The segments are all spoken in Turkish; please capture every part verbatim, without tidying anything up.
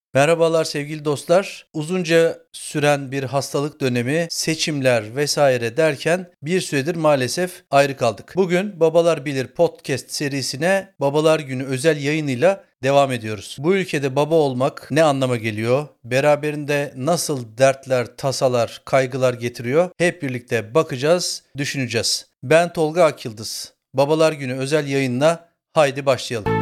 Merhabalar sevgili dostlar. Uzunca süren bir hastalık dönemi, seçimler vesaire derken bir süredir maalesef ayrı kaldık. Bugün Babalar Bilir podcast serisine Babalar Günü özel yayınıyla devam ediyoruz. Bu ülkede baba olmak ne anlama geliyor? Beraberinde nasıl dertler, tasalar, kaygılar getiriyor? Hep birlikte bakacağız, düşüneceğiz. Ben Tolga Akyıldız. Babalar Günü özel yayınla haydi başlayalım.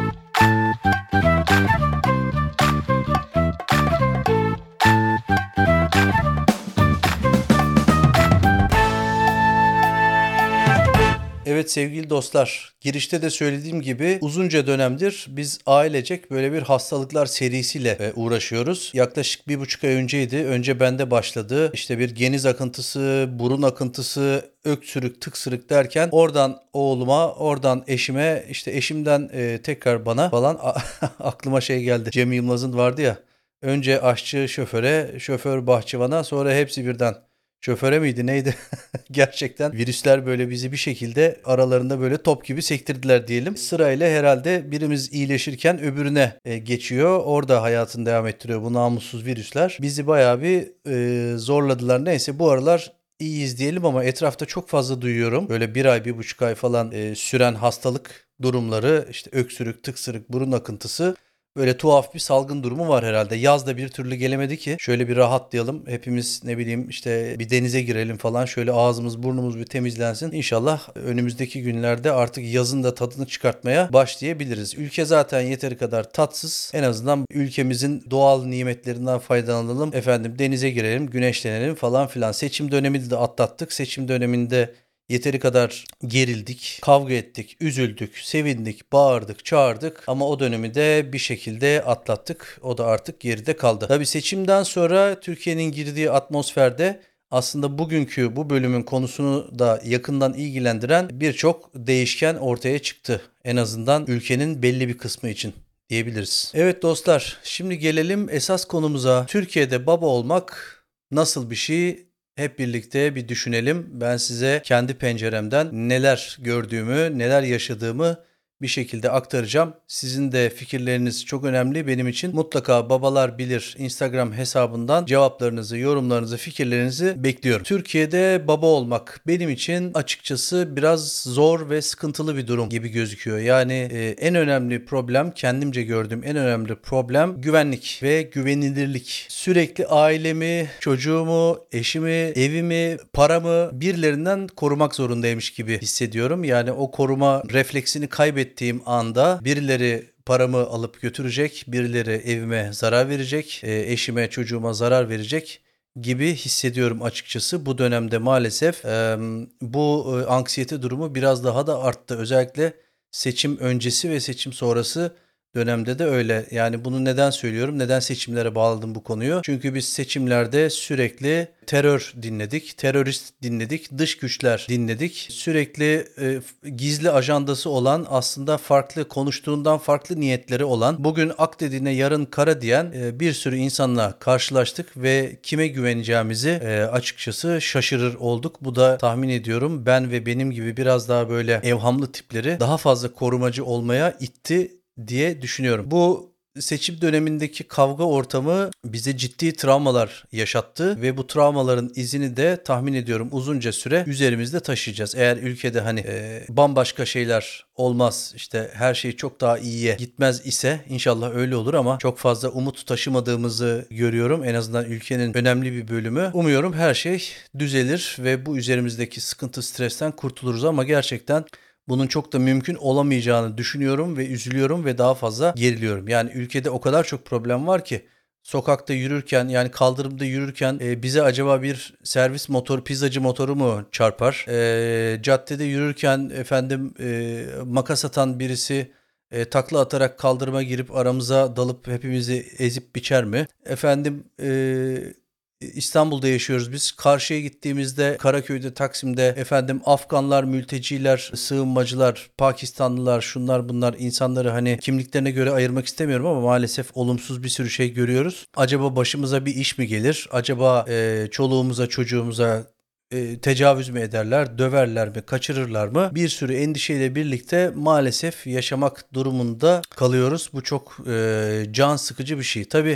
Evet sevgili dostlar, girişte de söylediğim gibi uzunca dönemdir biz ailecek böyle bir hastalıklar serisiyle e, uğraşıyoruz. Yaklaşık bir buçuk ay önceydi. Önce bende başladı. İşte bir geniz akıntısı, burun akıntısı, öksürük, tıksırık derken oradan oğluma, oradan eşime, işte eşimden e, tekrar bana falan aklıma şey geldi. Cem Yılmaz'ın vardı ya. Önce aşçı şoföre, şoför bahçıvana, sonra hepsi birden. Şoföre miydi neydi? Gerçekten virüsler böyle bizi bir şekilde aralarında böyle top gibi sektirdiler diyelim. Sırayla herhalde birimiz iyileşirken öbürüne e, geçiyor. Orada hayatını devam ettiriyor bu namussuz virüsler. Bizi bayağı bir e, zorladılar. Neyse bu aralar iyiyiz diyelim ama etrafta çok fazla duyuyorum. Böyle bir ay, bir buçuk ay falan e, süren hastalık durumları, işte öksürük, tıksırık, burun akıntısı. Böyle tuhaf bir salgın durumu var herhalde. Yaz da bir türlü gelemedi ki. Şöyle bir rahatlayalım. Hepimiz ne bileyim işte bir denize girelim falan. Şöyle ağzımız burnumuz bir temizlensin. İnşallah önümüzdeki günlerde artık yazın da tadını çıkartmaya başlayabiliriz. Ülke zaten yeteri kadar tatsız. En azından ülkemizin doğal nimetlerinden faydalanalım. Efendim denize girelim, güneşlenelim falan filan. Seçim dönemini de atlattık. Seçim döneminde yeteri kadar gerildik, kavga ettik, üzüldük, sevindik, bağırdık, çağırdık ama o dönemi de bir şekilde atlattık. O da artık geride kaldı. Tabii seçimden sonra Türkiye'nin girdiği atmosferde aslında bugünkü bu bölümün konusunu da yakından ilgilendiren birçok değişken ortaya çıktı. En azından ülkenin belli bir kısmı için diyebiliriz. Evet dostlar, şimdi gelelim esas konumuza. Türkiye'de baba olmak nasıl bir şey? Hep birlikte bir düşünelim. Ben size kendi penceremden neler gördüğümü, neler yaşadığımı bir şekilde aktaracağım. Sizin de fikirleriniz çok önemli benim için. Mutlaka Babalar Bilir Instagram hesabından cevaplarınızı, yorumlarınızı, fikirlerinizi bekliyorum. Türkiye'de baba olmak benim için açıkçası biraz zor ve sıkıntılı bir durum gibi gözüküyor. Yani e, en önemli problem, kendimce gördüğüm en önemli problem güvenlik ve güvenilirlik. Sürekli ailemi, çocuğumu, eşimi, evimi, paramı birilerinden korumak zorundaymış gibi hissediyorum. Yani o koruma refleksini kaybettiğim anda birileri paramı alıp götürecek, birileri evime zarar verecek, eşime, çocuğuma zarar verecek gibi hissediyorum açıkçası. Bu dönemde maalesef e, bu e, anksiyete durumu biraz daha da arttı. Özellikle seçim öncesi ve seçim sonrası dönemde de öyle. Yani bunu neden söylüyorum? Neden seçimlere bağladım bu konuyu? Çünkü biz seçimlerde sürekli terör dinledik, terörist dinledik, dış güçler dinledik. Sürekli e, gizli ajandası olan, aslında farklı konuştuğundan farklı niyetleri olan, bugün ak dediğine yarın kara diyen e, bir sürü insanla karşılaştık ve kime güveneceğimizi e, açıkçası şaşırır olduk. Bu da tahmin ediyorum ben ve benim gibi biraz daha böyle evhamlı tipleri daha fazla korumacı olmaya itti diye düşünüyorum. Bu seçim dönemindeki kavga ortamı bize ciddi travmalar yaşattı ve bu travmaların izini de tahmin ediyorum uzunca süre üzerimizde taşıyacağız. Eğer ülkede hani e, bambaşka şeyler olmaz, işte her şey çok daha iyiye gitmez ise inşallah öyle olur ama çok fazla umut taşımadığımızı görüyorum. En azından ülkenin önemli bir bölümü. Umuyorum her şey düzelir ve bu üzerimizdeki sıkıntı, stresten kurtuluruz ama gerçekten bunun çok da mümkün olamayacağını düşünüyorum ve üzülüyorum ve daha fazla geriliyorum. Yani ülkede o kadar çok problem var ki sokakta yürürken, yani kaldırımda yürürken e, bize acaba bir servis motoru, pizzacı motoru mu çarpar? E, caddede yürürken efendim e, makas atan birisi e, takla atarak kaldırıma girip aramıza dalıp hepimizi ezip biçer mi? Efendim e, İstanbul'da yaşıyoruz biz. Karşıya gittiğimizde Karaköy'de, Taksim'de efendim Afganlar, mülteciler, sığınmacılar, Pakistanlılar, şunlar bunlar, insanları hani kimliklerine göre ayırmak istemiyorum ama maalesef olumsuz bir sürü şey görüyoruz. Acaba başımıza bir iş mi gelir? Acaba e, çoluğumuza, çocuğumuza e, tecavüz mü ederler, döverler mi, kaçırırlar mı? Bir sürü endişeyle birlikte maalesef yaşamak durumunda kalıyoruz. Bu çok e, can sıkıcı bir şey. Tabii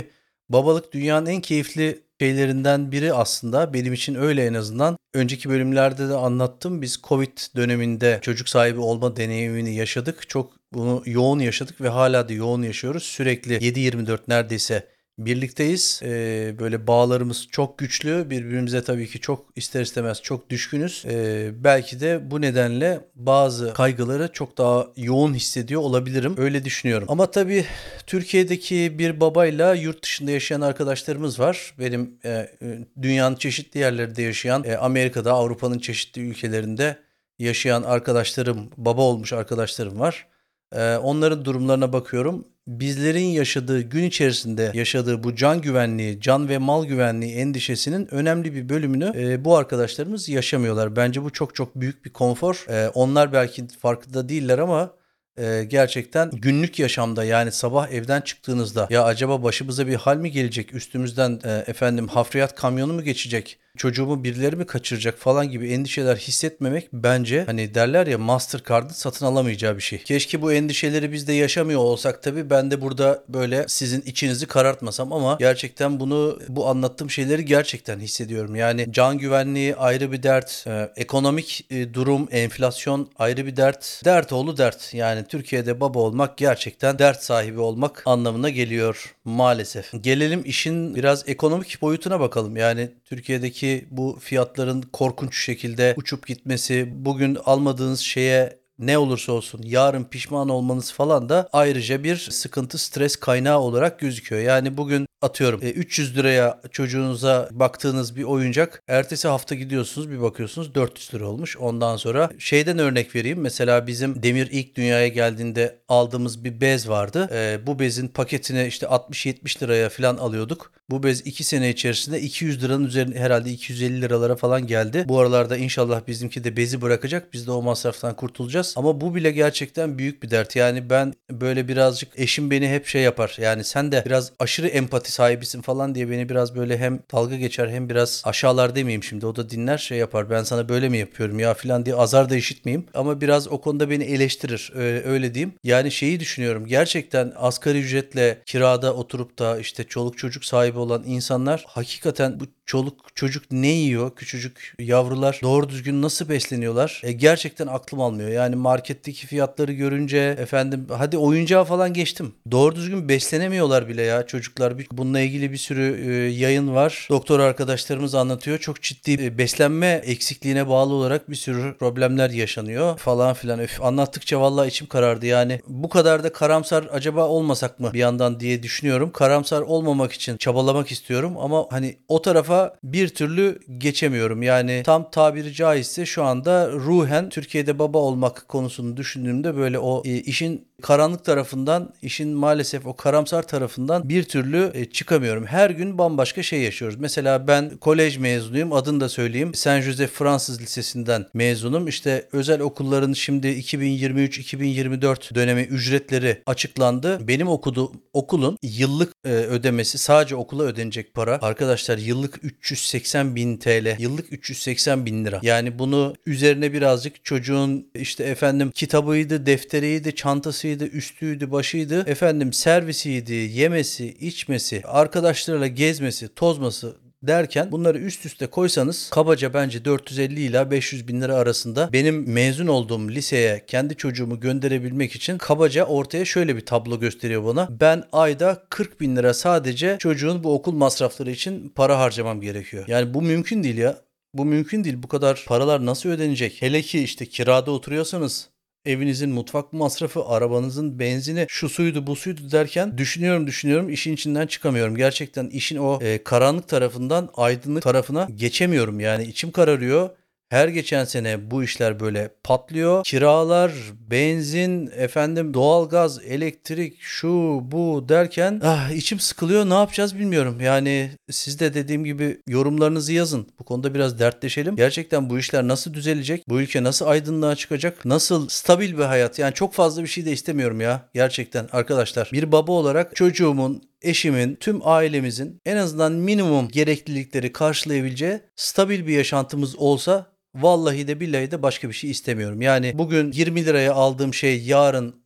Babalık dünyanın en keyifli şeylerinden biri aslında. Benim için öyle en azından. Önceki bölümlerde de anlattım. Biz Covid döneminde çocuk sahibi olma deneyimini yaşadık. Çok bunu yoğun yaşadık ve hala da yoğun yaşıyoruz. Sürekli yedi yirmi dört neredeyse birlikteyiz. Ee, böyle bağlarımız çok güçlü. Birbirimize tabii ki çok ister istemez çok düşkünüz. Ee, belki de bu nedenle bazı kaygıları çok daha yoğun hissediyor olabilirim. Öyle düşünüyorum. Ama tabii Türkiye'deki bir babayla yurt dışında yaşayan arkadaşlarımız var. Benim e, dünyanın çeşitli yerlerinde yaşayan, e, Amerika'da, Avrupa'nın çeşitli ülkelerinde yaşayan arkadaşlarım, baba olmuş arkadaşlarım var. E, onların durumlarına bakıyorum. Bizlerin yaşadığı gün içerisinde yaşadığı bu can güvenliği, can ve mal güvenliği endişesinin önemli bir bölümünü e, bu arkadaşlarımız yaşamıyorlar. Bence bu çok çok büyük bir konfor. E, onlar belki farkında değiller ama e, gerçekten günlük yaşamda, yani sabah evden çıktığınızda ya acaba başımıza bir hal mi gelecek, üstümüzden e, efendim hafriyat kamyonu mu geçecek, çocuğumu birileri mi kaçıracak falan gibi endişeler hissetmemek bence, hani derler ya, Mastercard'ın satın alamayacağı bir şey. Keşke bu endişeleri biz de yaşamıyor olsak tabii, ben de burada böyle sizin içinizi karartmasam ama gerçekten bunu, bu anlattığım şeyleri gerçekten hissediyorum. Yani can güvenliği ayrı bir dert, e, ekonomik e, durum, enflasyon ayrı bir dert. Dert oğlu dert. Yani Türkiye'de baba olmak gerçekten dert sahibi olmak anlamına geliyor maalesef. Gelelim işin biraz ekonomik boyutuna bakalım. Yani Türkiye'deki bu fiyatların korkunç şekilde uçup gitmesi, bugün almadığınız şeye ne olursa olsun yarın pişman olmanız falan da ayrıca bir sıkıntı, stres kaynağı olarak gözüküyor. Yani bugün atıyorum üç yüz liraya çocuğunuza baktığınız bir oyuncak, ertesi hafta gidiyorsunuz bir bakıyorsunuz dört yüz lira olmuş. Ondan sonra şeyden örnek vereyim. Mesela bizim Demir ilk dünyaya geldiğinde aldığımız bir bez vardı. E, bu bezin paketini işte altmış yetmiş liraya falan alıyorduk. Bu bez iki sene içerisinde iki yüz liranın üzerine, herhalde iki yüz elli liralara falan geldi. Bu aralarda inşallah bizimki de bezi bırakacak. Biz de o masraftan kurtulacağız. Ama bu bile gerçekten büyük bir dert. Yani ben böyle birazcık, eşim beni hep şey yapar. Yani sen de biraz aşırı empati sahibisin falan diye beni biraz böyle hem dalga geçer hem biraz aşağılar demeyeyim şimdi. O da dinler, şey yapar. Ben sana böyle mi yapıyorum ya falan diye azar da işitmeyeyim. Ama biraz o konuda beni eleştirir. Öyle, öyle diyeyim. Yani şeyi düşünüyorum. Gerçekten asgari ücretle kirada oturup da işte çoluk çocuk sahibi olan insanlar, hakikaten bu çoluk çocuk ne yiyor? Küçücük yavrular doğru düzgün nasıl besleniyorlar? E, gerçekten aklım almıyor. Yani marketteki fiyatları görünce, efendim hadi oyuncağı falan geçtim, doğru düzgün beslenemiyorlar bile ya çocuklar. Bununla ilgili bir sürü e, yayın var. Doktor arkadaşlarımız anlatıyor. Çok ciddi e, beslenme eksikliğine bağlı olarak bir sürü problemler yaşanıyor falan filan. Öf, anlattıkça vallahi içim karardı. Yani bu kadar da karamsar acaba olmasak mı bir yandan diye düşünüyorum. Karamsar olmamak için çabalamak istiyorum ama hani o tarafa bir türlü geçemiyorum. Yani tam tabiri caizse şu anda ruhen Türkiye'de baba olmak konusunu düşündüğümde böyle o e, işin karanlık tarafından, işin maalesef o karamsar tarafından bir türlü e, çıkamıyorum. Her gün bambaşka şey yaşıyoruz. Mesela ben kolej mezunuyum. Adını da söyleyeyim. Saint Joseph Fransız Lisesi'nden mezunum. İşte özel okulların şimdi iki bin yirmi üç iki bin yirmi dört dönemi ücretleri açıklandı. Benim okuduğum okulun yıllık e, ödemesi, sadece okula ödenecek para arkadaşlar yıllık üç yüz seksen bin T L. Yıllık üç yüz seksen bin lira. Yani bunu üzerine birazcık çocuğun işte efendim kitabıydı, defteriydi, çantasıydı, üstüydü, başıydı, efendim servisiydi, yemesi, içmesi, arkadaşlarıyla gezmesi, tozması derken bunları üst üste koysanız kabaca bence dört yüz elli ila beş yüz bin lira arasında benim mezun olduğum liseye kendi çocuğumu gönderebilmek için kabaca ortaya şöyle bir tablo gösteriyor bana. Ben ayda kırk bin lira sadece çocuğun bu okul masrafları için para harcamam gerekiyor. Yani bu mümkün değil ya. Bu mümkün değil. Bu kadar paralar nasıl ödenecek? Hele ki işte kirada oturuyorsanız evinizin mutfak masrafı, arabanızın benzini, şu suydu bu suydu derken düşünüyorum düşünüyorum işin içinden çıkamıyorum. Gerçekten işin o e, karanlık tarafından aydınlık tarafına geçemiyorum. Yani içim kararıyor. Her geçen sene bu işler böyle patlıyor. Kiralar, benzin, efendim doğalgaz, elektrik, şu bu derken ah, içim sıkılıyor. Ne yapacağız bilmiyorum. Yani siz de dediğim gibi yorumlarınızı yazın. Bu konuda biraz dertleşelim. Gerçekten bu işler nasıl düzelecek? Bu ülke nasıl aydınlığa çıkacak? Nasıl stabil bir hayat? Yani çok fazla bir şey de istemiyorum ya. Gerçekten arkadaşlar. Bir baba olarak çocuğumun, eşimin, tüm ailemizin en azından minimum gereklilikleri karşılayabileceği stabil bir yaşantımız olsa, vallahi de billahi de başka bir şey istemiyorum. Yani bugün yirmi liraya aldığım şey yarın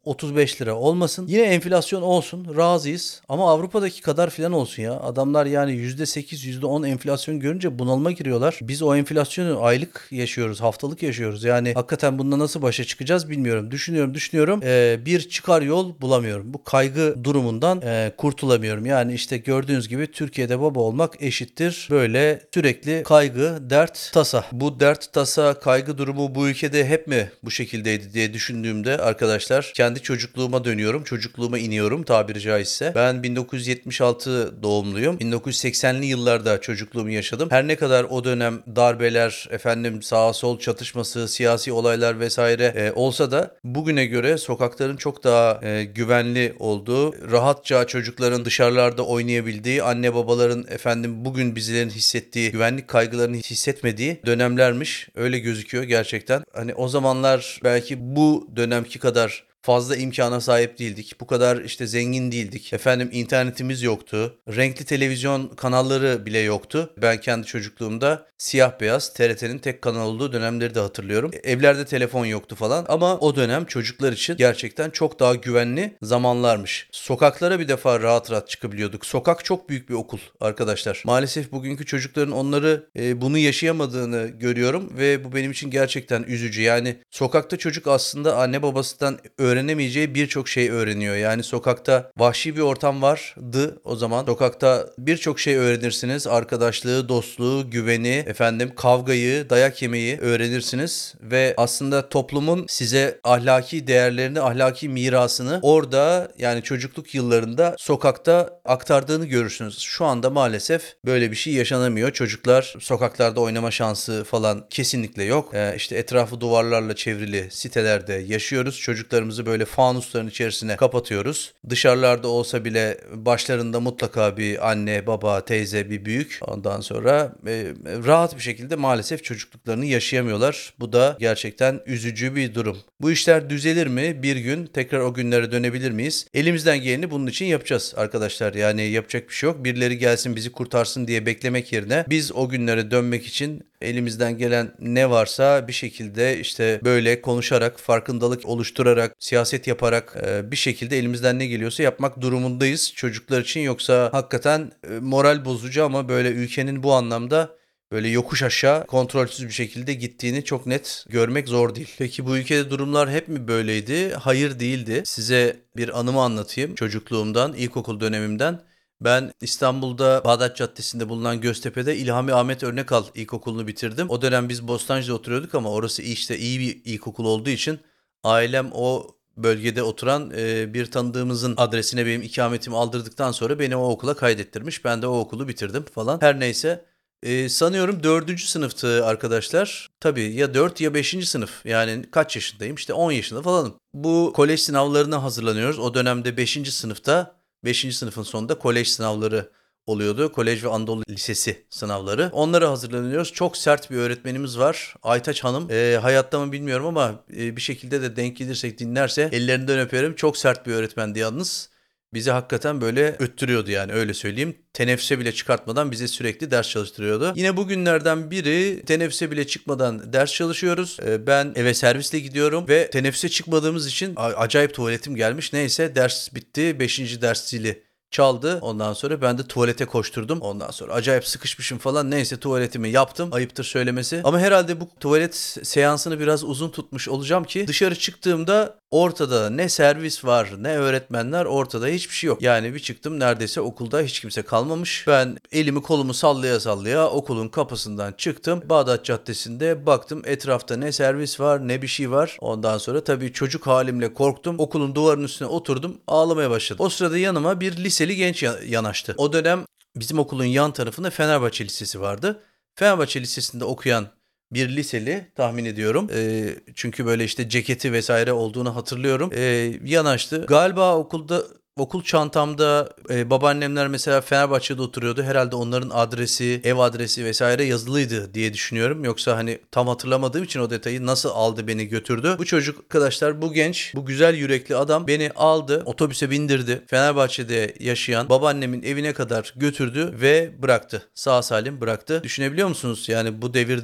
otuz beş lira olmasın. Yine enflasyon olsun, razıyız ama Avrupa'daki kadar filan olsun ya. Adamlar yani yüzde sekiz yüzde on enflasyon görünce bunalıma giriyorlar. Biz o enflasyonu aylık yaşıyoruz, haftalık yaşıyoruz. Yani hakikaten bununla nasıl başa çıkacağız bilmiyorum. Düşünüyorum, düşünüyorum. Ee, bir çıkar yol bulamıyorum. Bu kaygı durumundan e, kurtulamıyorum. Yani işte gördüğünüz gibi Türkiye'de baba olmak eşittir böyle sürekli kaygı, dert, tasa. Bu dert, tasa, kaygı durumu bu ülkede hep mi bu şekildeydi diye düşündüğümde arkadaşlar kendi çocukluğuma dönüyorum. Çocukluğuma iniyorum tabiri caizse. Ben bin dokuz yüz yetmiş altı doğumluyum. bin dokuz yüz seksenli yıllarda çocukluğumu yaşadım. Her ne kadar o dönem darbeler, efendim sağa sol çatışması, siyasi olaylar vesaire e, olsa da bugüne göre sokakların çok daha e, güvenli olduğu, rahatça çocukların dışarılarda oynayabildiği, anne babaların efendim bugün bizlerin hissettiği güvenlik kaygılarını hissetmediği dönemlermiş. Öyle gözüküyor gerçekten. Hani o zamanlar belki bu dönemki kadar fazla imkana sahip değildik. Bu kadar işte zengin değildik. Efendim internetimiz yoktu. Renkli televizyon kanalları bile yoktu. Ben kendi çocukluğumda siyah beyaz T R T'nin tek kanal olduğu dönemleri de hatırlıyorum. Evlerde telefon yoktu falan ama o dönem çocuklar için gerçekten çok daha güvenli zamanlarmış. Sokaklara bir defa rahat rahat çıkabiliyorduk. Sokak çok büyük bir okul arkadaşlar. Maalesef bugünkü çocukların onları e, bunu yaşayamadığını görüyorum ve bu benim için gerçekten üzücü. Yani sokakta çocuk aslında anne babasından öğrenemeyeceği birçok şey öğreniyor. Yani sokakta vahşi bir ortam vardı o zaman. Sokakta birçok şey öğrenirsiniz. Arkadaşlığı, dostluğu, güveni, efendim kavgayı, dayak yemeyi öğrenirsiniz ve aslında toplumun size ahlaki değerlerini, ahlaki mirasını orada yani çocukluk yıllarında sokakta aktardığını görürsünüz. Şu anda maalesef böyle bir şey yaşanamıyor. Çocuklar sokaklarda oynama şansı falan kesinlikle yok. Ee, işte etrafı duvarlarla çevrili sitelerde yaşıyoruz. Çocuklarımızı böyle fanusların içerisine kapatıyoruz. Dışarılarda olsa bile başlarında mutlaka bir anne, baba, teyze, bir büyük. Ondan sonra e, rahat bir şekilde maalesef çocukluklarını yaşayamıyorlar. Bu da gerçekten üzücü bir durum. Bu işler düzelir mi? Bir gün tekrar o günlere dönebilir miyiz? Elimizden geleni bunun için yapacağız arkadaşlar. Yani yapacak bir şey yok. Birileri gelsin bizi kurtarsın diye beklemek yerine biz o günlere dönmek için elimizden gelen ne varsa bir şekilde işte böyle konuşarak, farkındalık oluşturarak, siyaset yaparak e, bir şekilde elimizden ne geliyorsa yapmak durumundayız çocuklar için. Yoksa hakikaten e, moral bozucu ama böyle ülkenin bu anlamda böyle yokuş aşağı kontrolsüz bir şekilde gittiğini çok net görmek zor değil. Peki bu ülkede durumlar hep mi böyleydi? Hayır, değildi. Size bir anımı anlatayım çocukluğumdan, ilkokul dönemimden. Ben İstanbul'da Bağdat Caddesi'nde bulunan Göztepe'de İlhami Ahmet Örnekal İlkokulu'nu bitirdim. O dönem biz Bostancı'da oturuyorduk ama orası işte iyi bir ilkokul olduğu için ailem o bölgede oturan e, bir tanıdığımızın adresine benim ikametimi aldırdıktan sonra beni o okula kaydettirmiş. Ben de o okulu bitirdim falan. Her neyse. Ee, sanıyorum dördüncü sınıftı arkadaşlar. Tabii ya dört ya beşinci sınıf. Yani kaç yaşındayım? İşte on yaşında falanım. Bu kolej sınavlarına hazırlanıyoruz. O dönemde beşinci sınıfta, beşinci sınıfın sonunda kolej sınavları oluyordu. Kolej ve Anadolu Lisesi sınavları. Onlara hazırlanıyoruz. Çok sert bir öğretmenimiz var. Aytaç Hanım. Ee, hayatta mı bilmiyorum ama e, bir şekilde de denk gelirsek dinlerse ellerinden öperim. Çok sert bir öğretmendi yalnız. Bizi hakikaten böyle öttürüyordu yani öyle söyleyeyim. Teneffüse bile çıkartmadan bize sürekli ders çalıştırıyordu. Yine bugünlerden biri teneffüse bile çıkmadan ders çalışıyoruz. Ee, ben eve servisle gidiyorum ve teneffüse çıkmadığımız için acayip tuvaletim gelmiş. Neyse ders bitti. Beşinci ders zili çaldı. Ondan sonra ben de tuvalete koşturdum. Ondan sonra acayip sıkışmışım falan. Neyse tuvaletimi yaptım. Ayıptır söylemesi. Ama herhalde bu tuvalet seansını biraz uzun tutmuş olacağım ki dışarı çıktığımda ortada ne servis var ne öğretmenler, ortada hiçbir şey yok. Yani bir çıktım neredeyse okulda hiç kimse kalmamış. Ben elimi kolumu sallaya sallaya okulun kapısından çıktım. Bağdat Caddesi'nde baktım etrafta ne servis var ne bir şey var. Ondan sonra tabii çocuk halimle korktum. Okulun duvarının üstüne oturdum, ağlamaya başladım. O sırada yanıma bir liseli genç yanaştı. O dönem bizim okulun yan tarafında Fenerbahçe Lisesi vardı. Fenerbahçe Lisesi'nde okuyan bir liseli tahmin ediyorum. E, çünkü böyle işte ceketi vesaire olduğunu hatırlıyorum. E, yanaştı. Galiba okulda okul çantamda e, babaannemler mesela Fenerbahçe'de oturuyordu. Herhalde onların adresi, ev adresi vesaire yazılıydı diye düşünüyorum. Yoksa hani tam hatırlamadığım için o detayı nasıl aldı beni götürdü. Bu çocuk arkadaşlar, bu genç, bu güzel yürekli adam beni aldı, otobüse bindirdi. Fenerbahçe'de yaşayan babaannemin evine kadar götürdü ve bıraktı. Sağ salim bıraktı. Düşünebiliyor musunuz? Yani bu devirde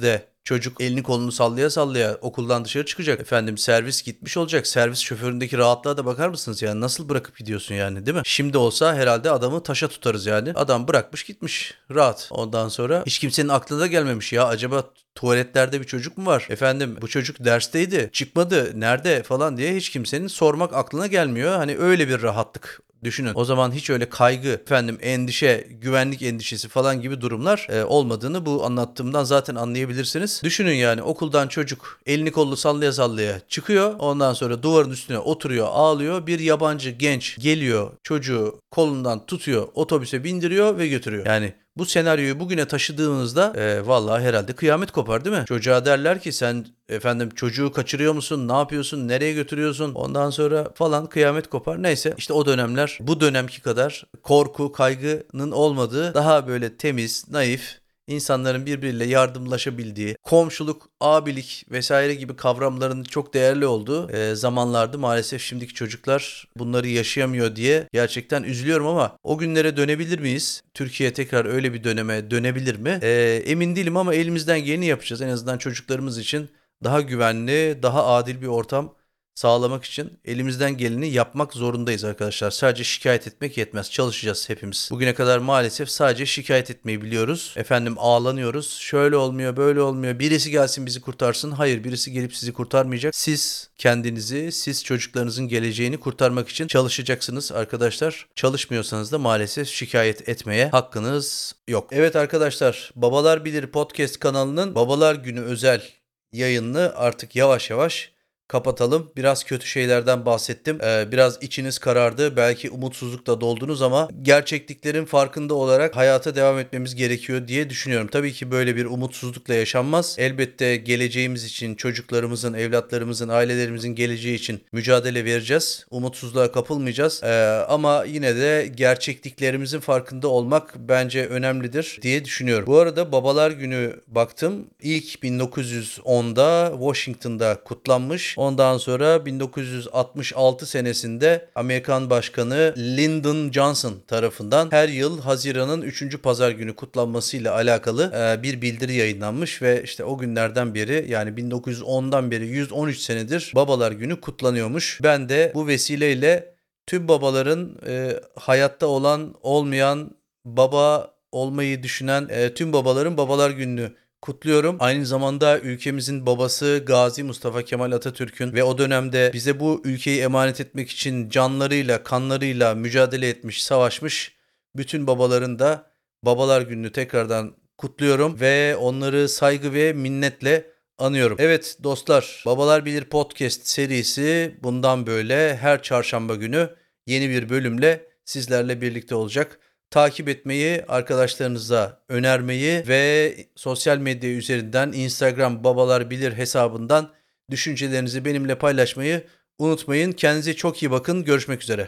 Çocuk elini kolunu sallaya sallaya okuldan dışarı çıkacak. Efendim servis gitmiş olacak. Servis şoföründeki rahatlığa da bakar mısınız yani? Nasıl bırakıp gidiyorsun yani, değil mi? Şimdi olsa herhalde adamı taşa tutarız yani. Adam bırakmış gitmiş. Rahat. Ondan sonra hiç kimsenin aklına da gelmemiş ya. Acaba tuvaletlerde bir çocuk mu var? Efendim bu çocuk dersteydi. Çıkmadı. Nerede falan diye hiç kimsenin sormak aklına gelmiyor. Hani öyle bir rahatlık. Düşünün. O zaman hiç öyle kaygı, efendim endişe, güvenlik endişesi falan gibi durumlar e, olmadığını bu anlattığımdan zaten anlayabilirsiniz. Düşünün yani okuldan çocuk elini kolunu sallaya sallaya çıkıyor. Ondan sonra duvarın üstüne oturuyor, ağlıyor. Bir yabancı genç geliyor, çocuğu kolundan tutuyor, otobüse bindiriyor ve götürüyor. Yani bu senaryoyu bugüne taşıdığımızda e, vallahi herhalde kıyamet kopar, değil mi? Çocuğa derler ki sen efendim çocuğu kaçırıyor musun? Ne yapıyorsun? Nereye götürüyorsun? Ondan sonra falan kıyamet kopar. Neyse işte o dönemler bu dönemki kadar korku, kaygının olmadığı daha böyle temiz, naif, İnsanların birbiriyle yardımlaşabildiği, komşuluk, abilik vesaire gibi kavramların çok değerli olduğu e, zamanlardı. Maalesef şimdiki çocuklar bunları yaşayamıyor diye gerçekten üzülüyorum ama o günlere dönebilir miyiz? Türkiye tekrar öyle bir döneme dönebilir mi? E, emin değilim ama elimizden geleni yapacağız. En azından çocuklarımız için daha güvenli, daha adil bir ortam sağlamak için elimizden geleni yapmak zorundayız arkadaşlar. Sadece şikayet etmek yetmez. Çalışacağız hepimiz. Bugüne kadar maalesef sadece şikayet etmeyi biliyoruz. Efendim ağlanıyoruz. Şöyle olmuyor, böyle olmuyor. Birisi gelsin bizi kurtarsın. Hayır, birisi gelip sizi kurtarmayacak. Siz kendinizi, siz çocuklarınızın geleceğini kurtarmak için çalışacaksınız arkadaşlar. Çalışmıyorsanız da maalesef şikayet etmeye hakkınız yok. Evet arkadaşlar, Babalar Bilir Podcast kanalının Babalar Günü özel yayınını artık yavaş yavaş kapatalım. Biraz kötü şeylerden bahsettim. Ee, biraz içiniz karardı. Belki umutsuzlukla doldunuz ama gerçekliklerin farkında olarak hayata devam etmemiz gerekiyor diye düşünüyorum. Tabii ki böyle bir umutsuzlukla yaşanmaz. Elbette geleceğimiz için, çocuklarımızın, evlatlarımızın, ailelerimizin geleceği için mücadele vereceğiz. Umutsuzluğa kapılmayacağız. Ee, ama yine de gerçekliklerimizin farkında olmak bence önemlidir diye düşünüyorum. Bu arada Babalar Günü baktım. İlk bin dokuz yüz onda Washington'da kutlanmış. Ondan sonra bin dokuz yüz altmış altı senesinde Amerikan Başkanı Lyndon Johnson tarafından her yıl Haziran'ın üçüncü pazar günü kutlanmasıyla alakalı bir bildiri yayınlanmış ve işte o günlerden beri yani bin dokuz yüz ondan beri yüz on üç senedir Babalar Günü kutlanıyormuş. Ben de bu vesileyle tüm babaların e, hayatta olan, olmayan, baba olmayı düşünen e, tüm babaların Babalar Günü'nü kutluyorum. Aynı zamanda ülkemizin babası Gazi Mustafa Kemal Atatürk'ün ve o dönemde bize bu ülkeyi emanet etmek için canlarıyla, kanlarıyla mücadele etmiş, savaşmış bütün babaların da Babalar Günü'nü tekrardan kutluyorum ve onları saygı ve minnetle anıyorum. Evet dostlar, Babalar Bilir Podcast serisi bundan böyle her çarşamba günü yeni bir bölümle sizlerle birlikte olacak. Takip etmeyi, arkadaşlarınıza önermeyi ve sosyal medya üzerinden Instagram Babalar Bilir hesabından düşüncelerinizi benimle paylaşmayı unutmayın. Kendinize çok iyi bakın. Görüşmek üzere.